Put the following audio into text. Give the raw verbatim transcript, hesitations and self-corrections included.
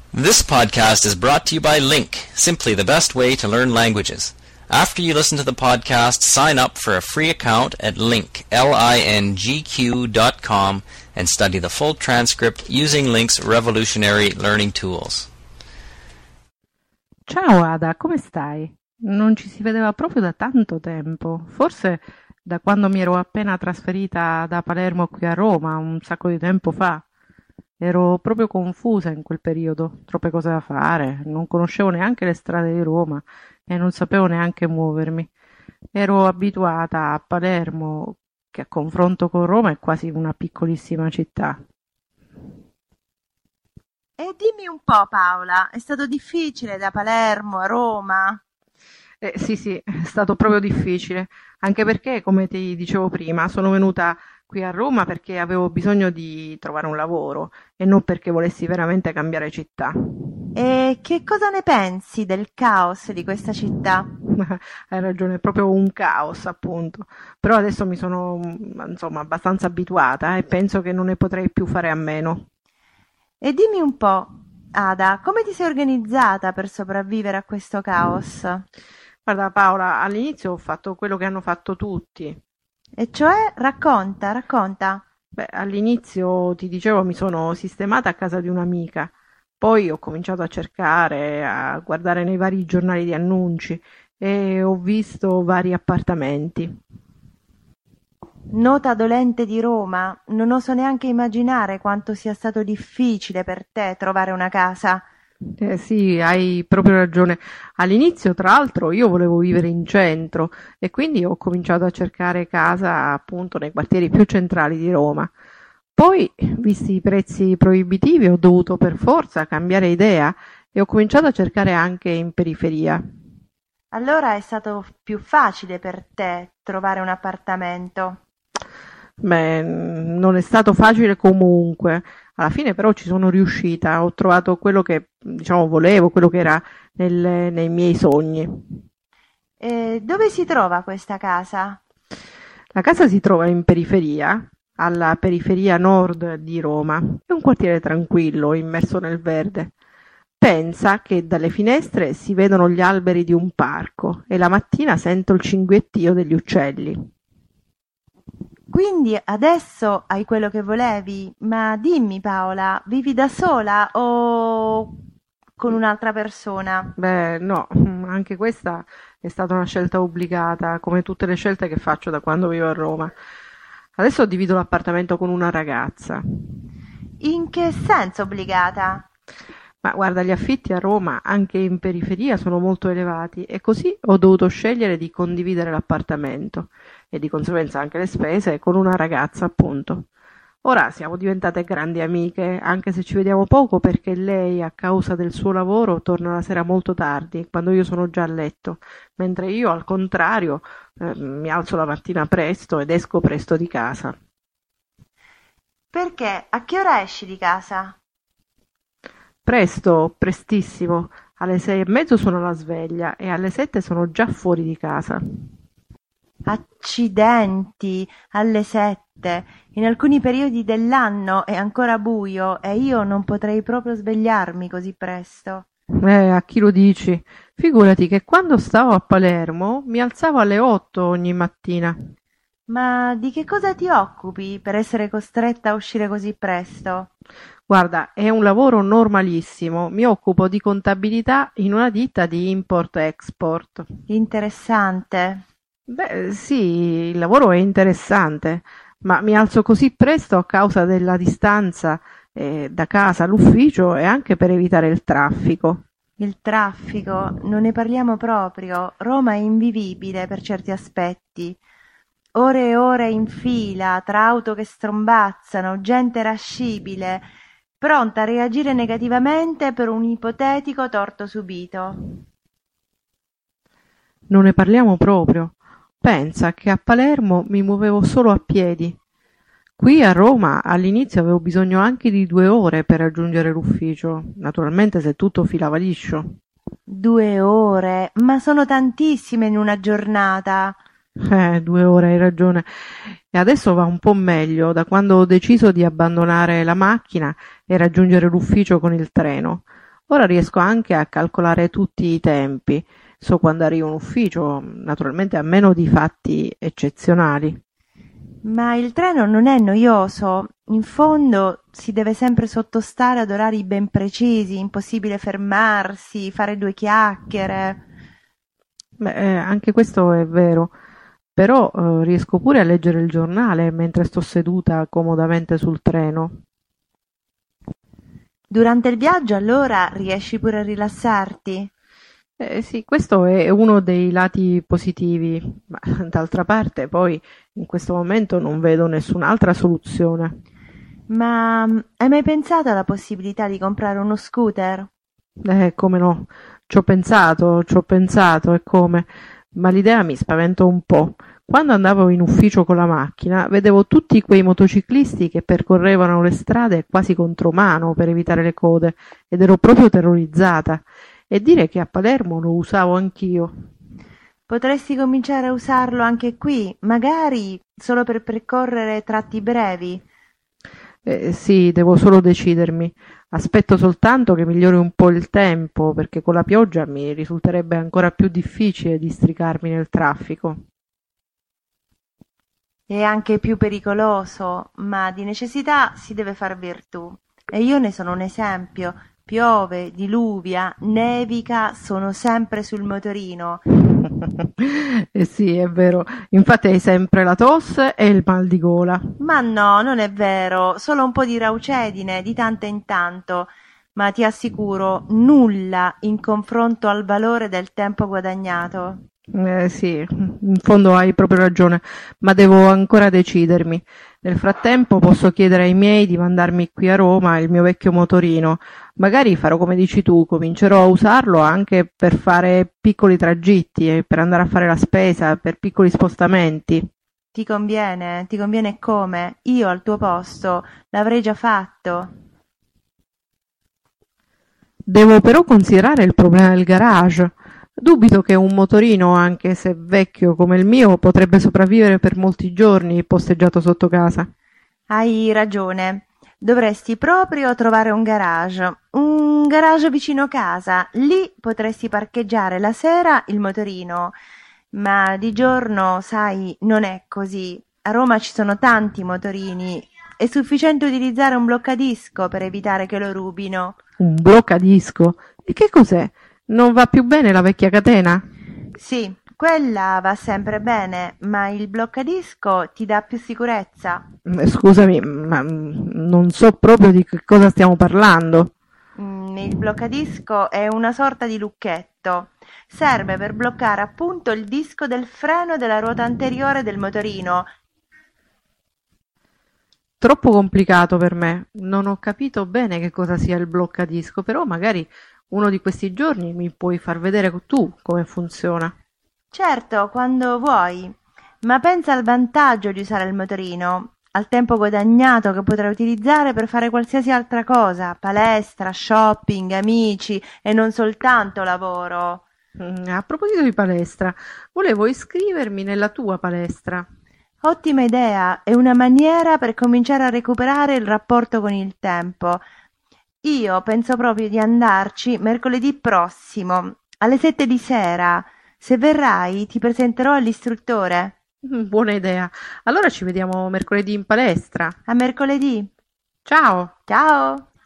This podcast is brought to you by Link, simply the best way to learn languages. After you listen to the podcast, sign up for a free account at link, L I N G Q dot com and study the full transcript using Link's revolutionary learning tools. Ciao Ada, come stai? Non ci si vedeva proprio da tanto tempo, forse da quando mi ero appena trasferita da Palermo qui a Roma, un sacco di tempo fa. Ero proprio confusa in quel periodo, troppe cose da fare, non conoscevo neanche le strade di Roma e non sapevo neanche muovermi. Ero abituata a Palermo, che a confronto con Roma è quasi una piccolissima città. E dimmi un po', Paola, è stato difficile da Palermo a Roma? Eh, sì, sì, è stato proprio difficile, anche perché, come ti dicevo prima, sono venuta qui a Roma perché avevo bisogno di trovare un lavoro e non perché volessi veramente cambiare città. E che cosa ne pensi del caos di questa città? Hai ragione, è proprio un caos, appunto. Però adesso mi sono, insomma, abbastanza abituata e penso che non ne potrei più fare a meno. E dimmi un po', Ada, come ti sei organizzata per sopravvivere a questo caos? Guarda Paola, all'inizio ho fatto quello che hanno fatto tutti. E cioè, racconta, racconta. Beh, all'inizio ti dicevo mi sono sistemata a casa di un'amica, poi ho cominciato a cercare, a guardare nei vari giornali di annunci e ho visto vari appartamenti. Nota dolente di Roma, non oso neanche immaginare quanto sia stato difficile per te trovare una casa. Eh sì, hai proprio ragione. All'inizio, tra l'altro, io volevo vivere in centro e quindi ho cominciato a cercare casa appunto nei quartieri più centrali di Roma. Poi, visti i prezzi proibitivi, ho dovuto per forza cambiare idea e ho cominciato a cercare anche in periferia. Allora è stato più facile per te trovare un appartamento? Beh, non è stato facile comunque. Alla fine però ci sono riuscita, ho trovato quello che, diciamo, volevo, quello che era nel- nei miei sogni. E dove si trova questa casa? La casa si trova in periferia, alla periferia nord di Roma. È un quartiere tranquillo, immerso nel verde. Pensa che dalle finestre si vedono gli alberi di un parco e la mattina sento il cinguettio degli uccelli. Quindi adesso hai quello che volevi, ma dimmi Paola, vivi da sola o con un'altra persona? Beh, no, anche questa è stata una scelta obbligata, come tutte le scelte che faccio da quando vivo a Roma. Adesso divido l'appartamento con una ragazza. In che senso obbligata? Ma guarda, gli affitti a Roma, anche in periferia, sono molto elevati e così ho dovuto scegliere di condividere l'appartamento e di conseguenza anche le spese con una ragazza, appunto. Ora siamo diventate grandi amiche, anche se ci vediamo poco perché lei, a causa del suo lavoro, torna la sera molto tardi, quando io sono già a letto, mentre io, al contrario, eh, mi alzo la mattina presto ed esco presto di casa. Perché? A che ora esci di casa? Presto, prestissimo, alle sei e mezzo suona la sveglia e alle sette sono già fuori di casa. Accidenti, alle sette. In alcuni periodi dell'anno è ancora buio e io non potrei proprio svegliarmi così presto. Eh, a chi lo dici? Figurati che quando stavo a Palermo mi alzavo alle otto ogni mattina. Ma di che cosa ti occupi per essere costretta a uscire così presto? Guarda, è un lavoro normalissimo, mi occupo di contabilità in una ditta di import-export. Interessante. Beh, sì, il lavoro è interessante, ma mi alzo così presto a causa della distanza eh, da casa all'ufficio e anche per evitare il traffico. Il traffico, non ne parliamo proprio. Roma è invivibile per certi aspetti. Ore e ore in fila, tra auto che strombazzano, gente irascibile, pronta a reagire negativamente per un ipotetico torto subito. Non ne parliamo proprio. Pensa che a Palermo mi muovevo solo a piedi. Qui a Roma all'inizio avevo bisogno anche di due ore per raggiungere l'ufficio, naturalmente se tutto filava liscio. Due ore, ma sono tantissime in una giornata. Eh, due ore, hai ragione. E adesso va un po' meglio, da quando ho deciso di abbandonare la macchina e raggiungere l'ufficio con il treno. Ora riesco anche a calcolare tutti i tempi, so quando arrivo in ufficio, naturalmente a meno di fatti eccezionali. Ma il treno non è noioso, in fondo si deve sempre sottostare ad orari ben precisi, impossibile fermarsi, fare due chiacchiere. Beh, eh, anche questo è vero, però eh, riesco pure a leggere il giornale mentre sto seduta comodamente sul treno. Durante il viaggio allora riesci pure a rilassarti? Eh, sì, questo è uno dei lati positivi, ma d'altra parte poi in questo momento non vedo nessun'altra soluzione. Ma mm, hai mai pensato alla possibilità di comprare uno scooter? Eh, come no, ci ho pensato, ci ho pensato e come, ma l'idea mi spaventa un po'. Quando andavo in ufficio con la macchina, vedevo tutti quei motociclisti che percorrevano le strade quasi contromano per evitare le code ed ero proprio terrorizzata. E dire che a Palermo lo usavo anch'io. Potresti cominciare a usarlo anche qui, magari solo per percorrere tratti brevi. Eh, sì, devo solo decidermi. Aspetto soltanto che migliori un po' il tempo, perché con la pioggia mi risulterebbe ancora più difficile districarmi nel traffico. È anche più pericoloso, ma di necessità si deve far virtù. E io ne sono un esempio. Piove, diluvia, nevica, sono sempre sul motorino. Eh sì, è vero. Infatti hai sempre la tosse e il mal di gola. Ma no, non è vero, solo un po' di raucedine di tanto in tanto, ma ti assicuro nulla in confronto al valore del tempo guadagnato. Eh sì, in fondo hai proprio ragione, ma devo ancora decidermi. Nel frattempo posso chiedere ai miei di mandarmi qui a Roma il mio vecchio motorino. Magari farò come dici tu, comincerò a usarlo anche per fare piccoli tragitti, e per andare a fare la spesa, per piccoli spostamenti. Ti conviene? Ti conviene come? Io al tuo posto l'avrei già fatto. Devo però considerare il problema del garage. Dubito che un motorino, anche se vecchio come il mio, potrebbe sopravvivere per molti giorni posteggiato sotto casa. Hai ragione. Dovresti proprio trovare un garage, un garage vicino casa. Lì potresti parcheggiare la sera il motorino. Ma di giorno, sai, non è così. A Roma ci sono tanti motorini. È sufficiente utilizzare un bloccadisco per evitare che lo rubino. Un bloccadisco? E che cos'è? Non va più bene la vecchia catena? Sì, quella va sempre bene, ma il bloccadisco ti dà più sicurezza. Mm, Scusami, ma mm, non so proprio di che cosa stiamo parlando. Mm, il bloccadisco è una sorta di lucchetto. Serve per bloccare appunto il disco del freno della ruota anteriore del motorino. Troppo complicato per me. Non ho capito bene che cosa sia il bloccadisco, però magari uno di questi giorni mi puoi far vedere tu come funziona. Certo, quando vuoi, ma pensa al vantaggio di usare il motorino, al tempo guadagnato che potrai utilizzare per fare qualsiasi altra cosa, palestra, shopping, amici e non soltanto lavoro. Mm, A proposito di palestra, volevo iscrivermi nella tua palestra. Ottima idea, è una maniera per cominciare a recuperare il rapporto con il tempo. Io penso proprio di andarci mercoledì prossimo, alle sette di sera. Se verrai, ti presenterò all'istruttore. Mm, Buona idea. Allora ci vediamo mercoledì in palestra. A mercoledì. Ciao! Ciao!